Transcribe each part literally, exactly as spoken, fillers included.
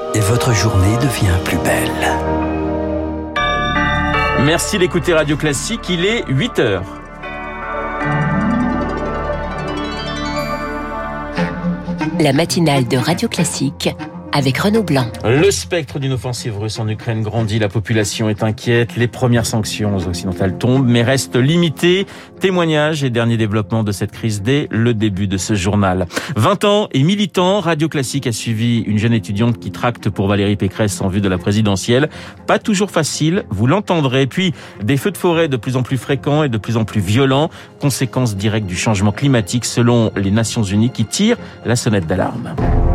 et votre journée devient plus belle. Merci d'écouter Radio Classique, il est huit heures. La matinale de Radio Classique avec Renaud Blanc. Le spectre d'une offensive russe en Ukraine grandit, la population est inquiète, les premières sanctions occidentales tombent, mais restent limitées. Témoignages et derniers développements de cette crise dès le début de ce journal. vingt ans et militant, Radio Classique a suivi une jeune étudiante qui tracte pour Valérie Pécresse en vue de la présidentielle. Pas toujours facile, vous l'entendrez. Puis des feux de forêt de plus en plus fréquents et de plus en plus violents, conséquence directe du changement climatique selon les Nations Unies qui tirent la sonnette d'alarme.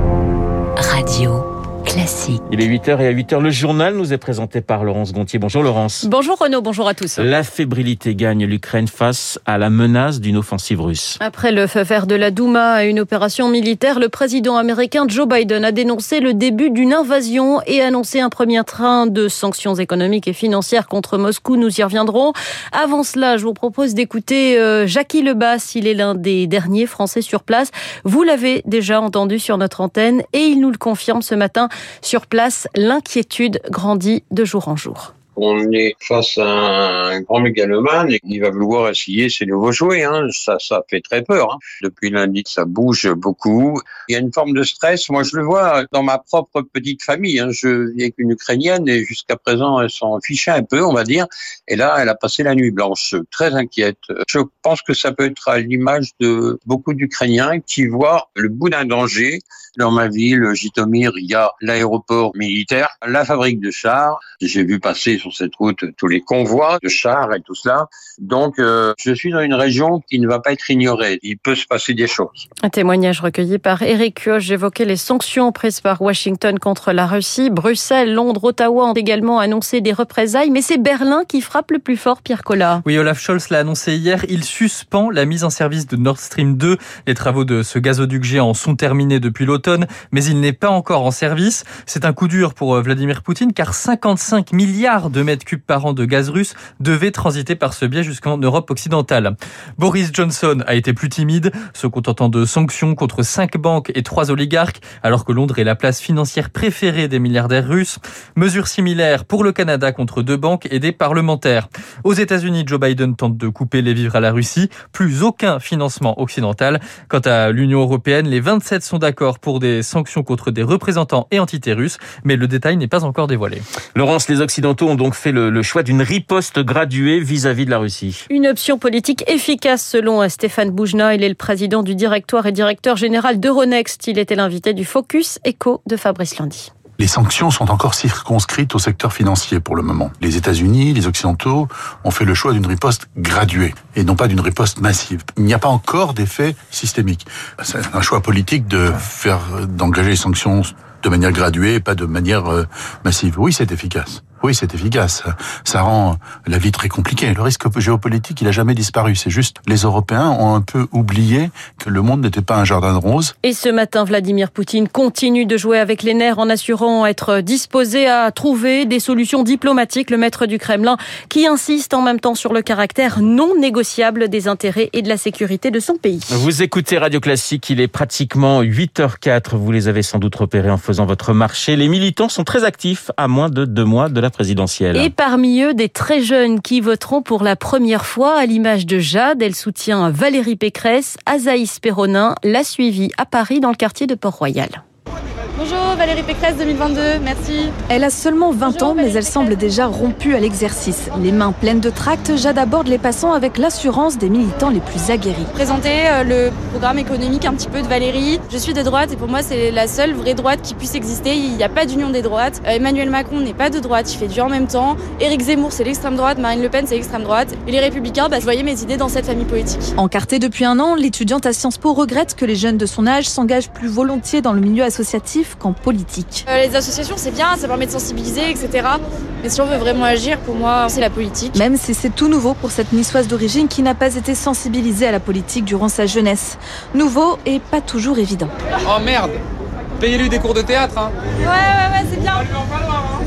Radio Classique. Il est huit heures et à huit heures, le journal nous est présenté par Laurence Gontier. Bonjour Laurence. Bonjour Renaud, bonjour à tous. La fébrilité gagne l'Ukraine face à la menace d'une offensive russe. Après le feu vert de la Douma et une opération militaire, le président américain Joe Biden a dénoncé le début d'une invasion et annoncé un premier train de sanctions économiques et financières contre Moscou. Nous y reviendrons. Avant cela, je vous propose d'écouter euh, Jacky Lebas. Il est l'un des derniers Français sur place. Vous l'avez déjà entendu sur notre antenne et il nous le confirme ce matin. Sur place, l'inquiétude grandit de jour en jour. On est face à un grand mégalomane et il va vouloir essayer ses nouveaux jouets. Hein. Ça, ça fait très peur. Hein. Depuis lundi, ça bouge beaucoup. Il y a une forme de stress. Moi, je le vois dans ma propre petite famille. Hein. Je vis avec une Ukrainienne et jusqu'à présent, elle s'en fichait un peu, on va dire. Et là, elle a passé la nuit blanche, très inquiète. Je pense que ça peut être à l'image de beaucoup d'Ukrainiens qui voient le bout d'un danger. Dans ma ville, Jitomir, il y a l'aéroport militaire, la fabrique de chars. J'ai vu passer sur cette route tous les convois de chars et tout cela. Donc, euh, je suis dans une région qui ne va pas être ignorée. Il peut se passer des choses. Un témoignage recueilli par Éric Kioch. J'évoquais les sanctions prises par Washington contre la Russie. Bruxelles, Londres, Ottawa ont également annoncé des représailles. Mais c'est Berlin qui frappe le plus fort, Pierre Collat. Oui, Olaf Scholz l'a annoncé hier. Il suspend la mise en service de Nord Stream deux. Les travaux de ce gazoduc géant sont terminés depuis l'automne, mais il n'est pas encore en service. C'est un coup dur pour Vladimir Poutine, car cinquante-cinq milliards de mètres cubes par an de gaz russe devaient transiter par ce biais jusqu'en Europe occidentale. Boris Johnson a été plus timide, se contentant de sanctions contre cinq banques et trois oligarques, alors que Londres est la place financière préférée des milliardaires russes. Mesures similaires pour le Canada contre deux banques et des parlementaires. Aux États-Unis, Joe Biden tente de couper les vivres à la Russie. Plus aucun financement occidental. Quant à l'Union européenne, les vingt-sept sont d'accord pour des sanctions contre des représentants et entités russes, mais le détail n'est pas encore dévoilé. Laurence, les Occidentaux ont donc fait le, le choix d'une riposte graduée vis-à-vis de la Russie. Une option politique efficace selon Stéphane Boujna. Il est le président du directoire et directeur général d'Euronext. Il était l'invité du Focus Éco de Fabrice Lundy. Les sanctions sont encore circonscrites au secteur financier pour le moment. Les États-Unis, les Occidentaux ont fait le choix d'une riposte graduée et non pas d'une riposte massive. Il n'y a pas encore d'effet systémique. C'est un choix politique de faire, d'engager les sanctions de manière graduée et pas de manière massive. Oui, c'est efficace. Oui, c'est efficace. Ça rend la vie très compliquée. Le risque géopolitique, il a jamais disparu. C'est juste, les Européens ont un peu oublié que le monde n'était pas un jardin de roses. Et ce matin, Vladimir Poutine continue de jouer avec les nerfs en assurant être disposé à trouver des solutions diplomatiques. Le maître du Kremlin qui insiste en même temps sur le caractère non négociable des intérêts et de la sécurité de son pays. Vous écoutez Radio Classique, il est pratiquement huit heures quatre. Vous les avez sans doute repérés en faisant votre marché. Les militants sont très actifs à moins de deux mois de la présidentielle. Et parmi eux, des très jeunes qui voteront pour la première fois, à l'image de Jade. Elle soutient Valérie Pécresse. Azaïs Perronin l'a suivie à Paris dans le quartier de Port-Royal. Bonjour Valérie Pécresse deux mille vingt-deux, merci. Elle a seulement vingt Bonjour, ans, mais Valérie elle semble Pécresse. déjà rompue à l'exercice. Les mains pleines de tracts, Jade aborde les passants avec l'assurance des militants les plus aguerris. Présenter euh, le programme économique un petit peu de Valérie. Je suis de droite et pour moi c'est la seule vraie droite qui puisse exister. Il n'y a pas d'union des droites. Euh, Emmanuel Macron n'est pas de droite, il fait du en même temps. Éric Zemmour c'est l'extrême droite, Marine Le Pen c'est l'extrême droite. Et les Républicains, bah, je voyais mes idées dans cette famille politique. Encartée depuis un an, l'étudiante à Sciences Po regrette que les jeunes de son âge s'engagent plus volontiers dans le milieu associatif qu'en politique. Euh, les associations c'est bien, ça permet de sensibiliser, et cetera. Mais si on veut vraiment agir, pour moi c'est la politique. Même si c'est tout nouveau pour cette niçoise d'origine qui n'a pas été sensibilisée à la politique durant sa jeunesse. Nouveau et pas toujours évident. Oh merde! Payez-lui des cours de théâtre, hein. Ouais, ouais, ouais, c'est bien. Nous,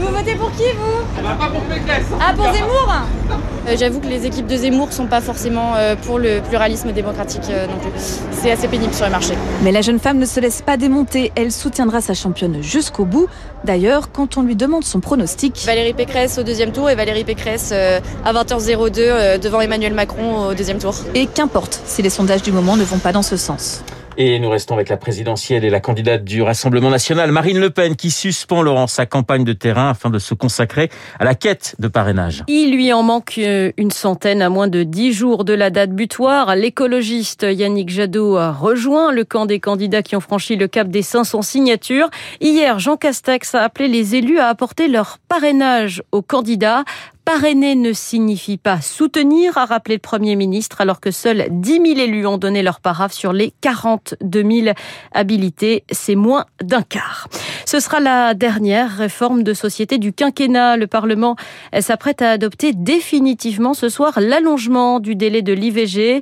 Vous votez pour qui, vous? On va pas pour Pécresse. Ah, pour Zemmour? euh, J'avoue que les équipes de Zemmour sont pas forcément euh, pour le pluralisme démocratique euh, non plus. C'est assez pénible sur le marché. Mais la jeune femme ne se laisse pas démonter. Elle soutiendra sa championne jusqu'au bout. D'ailleurs, quand on lui demande son pronostic... Valérie Pécresse au deuxième tour et Valérie Pécresse euh, à vingt heures zéro deux euh, devant Emmanuel Macron au deuxième tour. Et qu'importe si les sondages du moment ne vont pas dans ce sens. Et nous restons avec la présidentielle et la candidate du Rassemblement national, Marine Le Pen, qui suspend, Laurent, sa campagne de terrain afin de se consacrer à la quête de parrainage. Il lui en manque une centaine à moins de dix jours de la date butoir. L'écologiste Yannick Jadot a rejoint le camp des candidats qui ont franchi le cap des cinq cents signatures. Hier, Jean Castex a appelé les élus à apporter leur parrainage aux candidats. Parrainer ne signifie pas soutenir, a rappelé le Premier ministre, alors que seuls dix mille élus ont donné leur paraphe sur les quarante-deux mille habilités. C'est moins d'un quart. Ce sera la dernière réforme de société du quinquennat. Le Parlement s'apprête à adopter définitivement ce soir l'allongement du délai de l'I V G.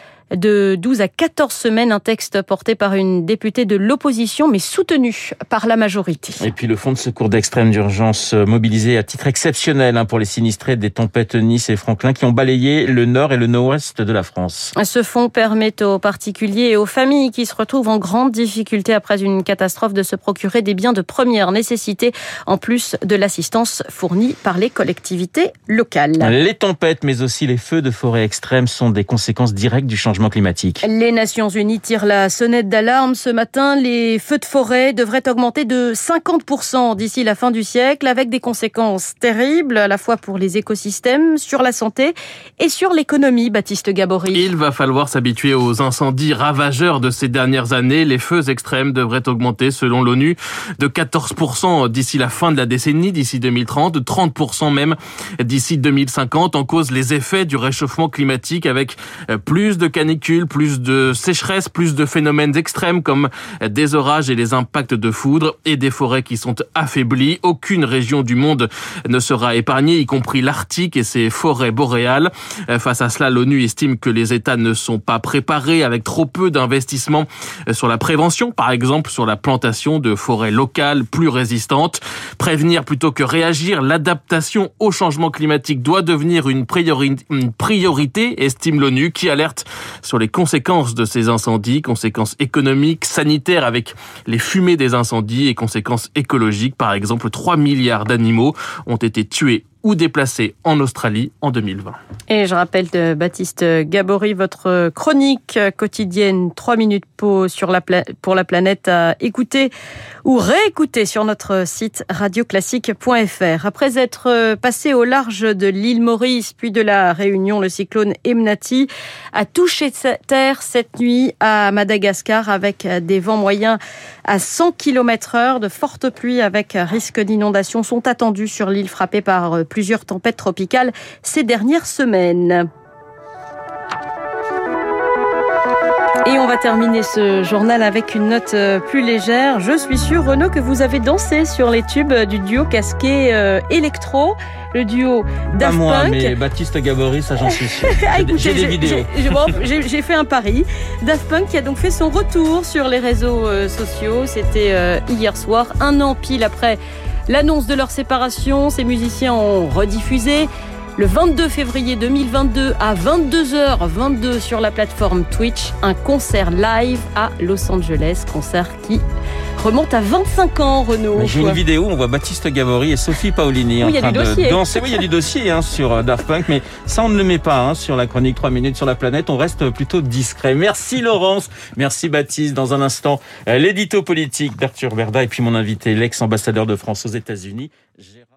De douze à quatorze semaines, un texte porté par une députée de l'opposition, mais soutenu par la majorité. Et puis le fonds de secours d'extrême d'urgence mobilisé à titre exceptionnel pour les sinistrés des tempêtes Nice et Franklin qui ont balayé le nord et le nord-ouest de la France. Ce fonds permet aux particuliers et aux familles qui se retrouvent en grande difficulté après une catastrophe de se procurer des biens de première nécessité, en plus de l'assistance fournie par les collectivités locales. Les tempêtes, mais aussi les feux de forêt extrêmes sont des conséquences directes du changement climatique. Les Nations Unies tirent la sonnette d'alarme. Ce matin, les feux de forêt devraient augmenter de cinquante pour cent d'ici la fin du siècle, avec des conséquences terribles, à la fois pour les écosystèmes, sur la santé et sur l'économie. Baptiste Gabory. Il va falloir s'habituer aux incendies ravageurs de ces dernières années. Les feux extrêmes devraient augmenter, selon l'ONU, de quatorze pour cent d'ici la fin de la décennie, d'ici deux mille trente, de trente pour cent même d'ici deux mille cinquante, en cause les effets du réchauffement climatique, avec plus de canicules, plus de sécheresse, plus de phénomènes extrêmes comme des orages et les impacts de foudre et des forêts qui sont affaiblies. Aucune région du monde ne sera épargnée, y compris l'Arctique et ses forêts boréales. Face à cela, l'ONU estime que les États ne sont pas préparés, avec trop peu d'investissements sur la prévention, par exemple sur la plantation de forêts locales plus résistantes. Prévenir plutôt que réagir, l'adaptation au changement climatique doit devenir une priorité, une priorité, estime l'ONU, qui alerte sur les conséquences de ces incendies, conséquences économiques, sanitaires avec les fumées des incendies et conséquences écologiques. Par exemple, trois milliards d'animaux ont été tués ou déplacés en Australie en deux mille vingt. Et je rappelle de Baptiste Gabory, votre chronique quotidienne trois minutes pour, sur la pla- pour la planète à écouter ou réécouter sur notre site radio classique point f r. Après être passé au large de l'île Maurice puis de la Réunion, le cyclone Emnati a touché terre cette nuit à Madagascar avec des vents moyens à cent kilomètres heure. De fortes pluies avec risque d'inondation sont attendues sur l'île frappée par plusieurs tempêtes tropicales ces dernières semaines. Et on va terminer ce journal avec une note plus légère. Je suis sûre, Renaud, que vous avez dansé sur les tubes du duo casqué euh, électro, le duo Daft Pas moi, Punk. mais Baptiste Gabory, ça j'en suis sûr. Ah, J'ai, écoutez, j'ai des j'ai, vidéos. J'ai, bon, j'ai, j'ai fait un pari. Daft Punk qui a donc fait son retour sur les réseaux euh, sociaux. C'était euh, hier soir, un an pile après l'annonce de leur séparation. Ces musiciens ont rediffusé le vingt-deux février deux mille vingt-deux à vingt-deux heures vingt-deux sur la plateforme Twitch un concert live à Los Angeles, concert qui remonte à vingt-cinq ans, Renaud. J'ai une vidéo où on voit Baptiste Gabory et Sophie Paolini oui, en train de dossiers. danser. Oui, il y a du dossier hein, sur Daft Punk, mais ça on ne le met pas hein, sur la chronique trois minutes sur la planète. On reste plutôt discret. Merci Laurence, merci Baptiste. Dans un instant, l'édito politique d'Arthur Berda et puis mon invité, l'ex-ambassadeur de France aux États-Unis, Gérard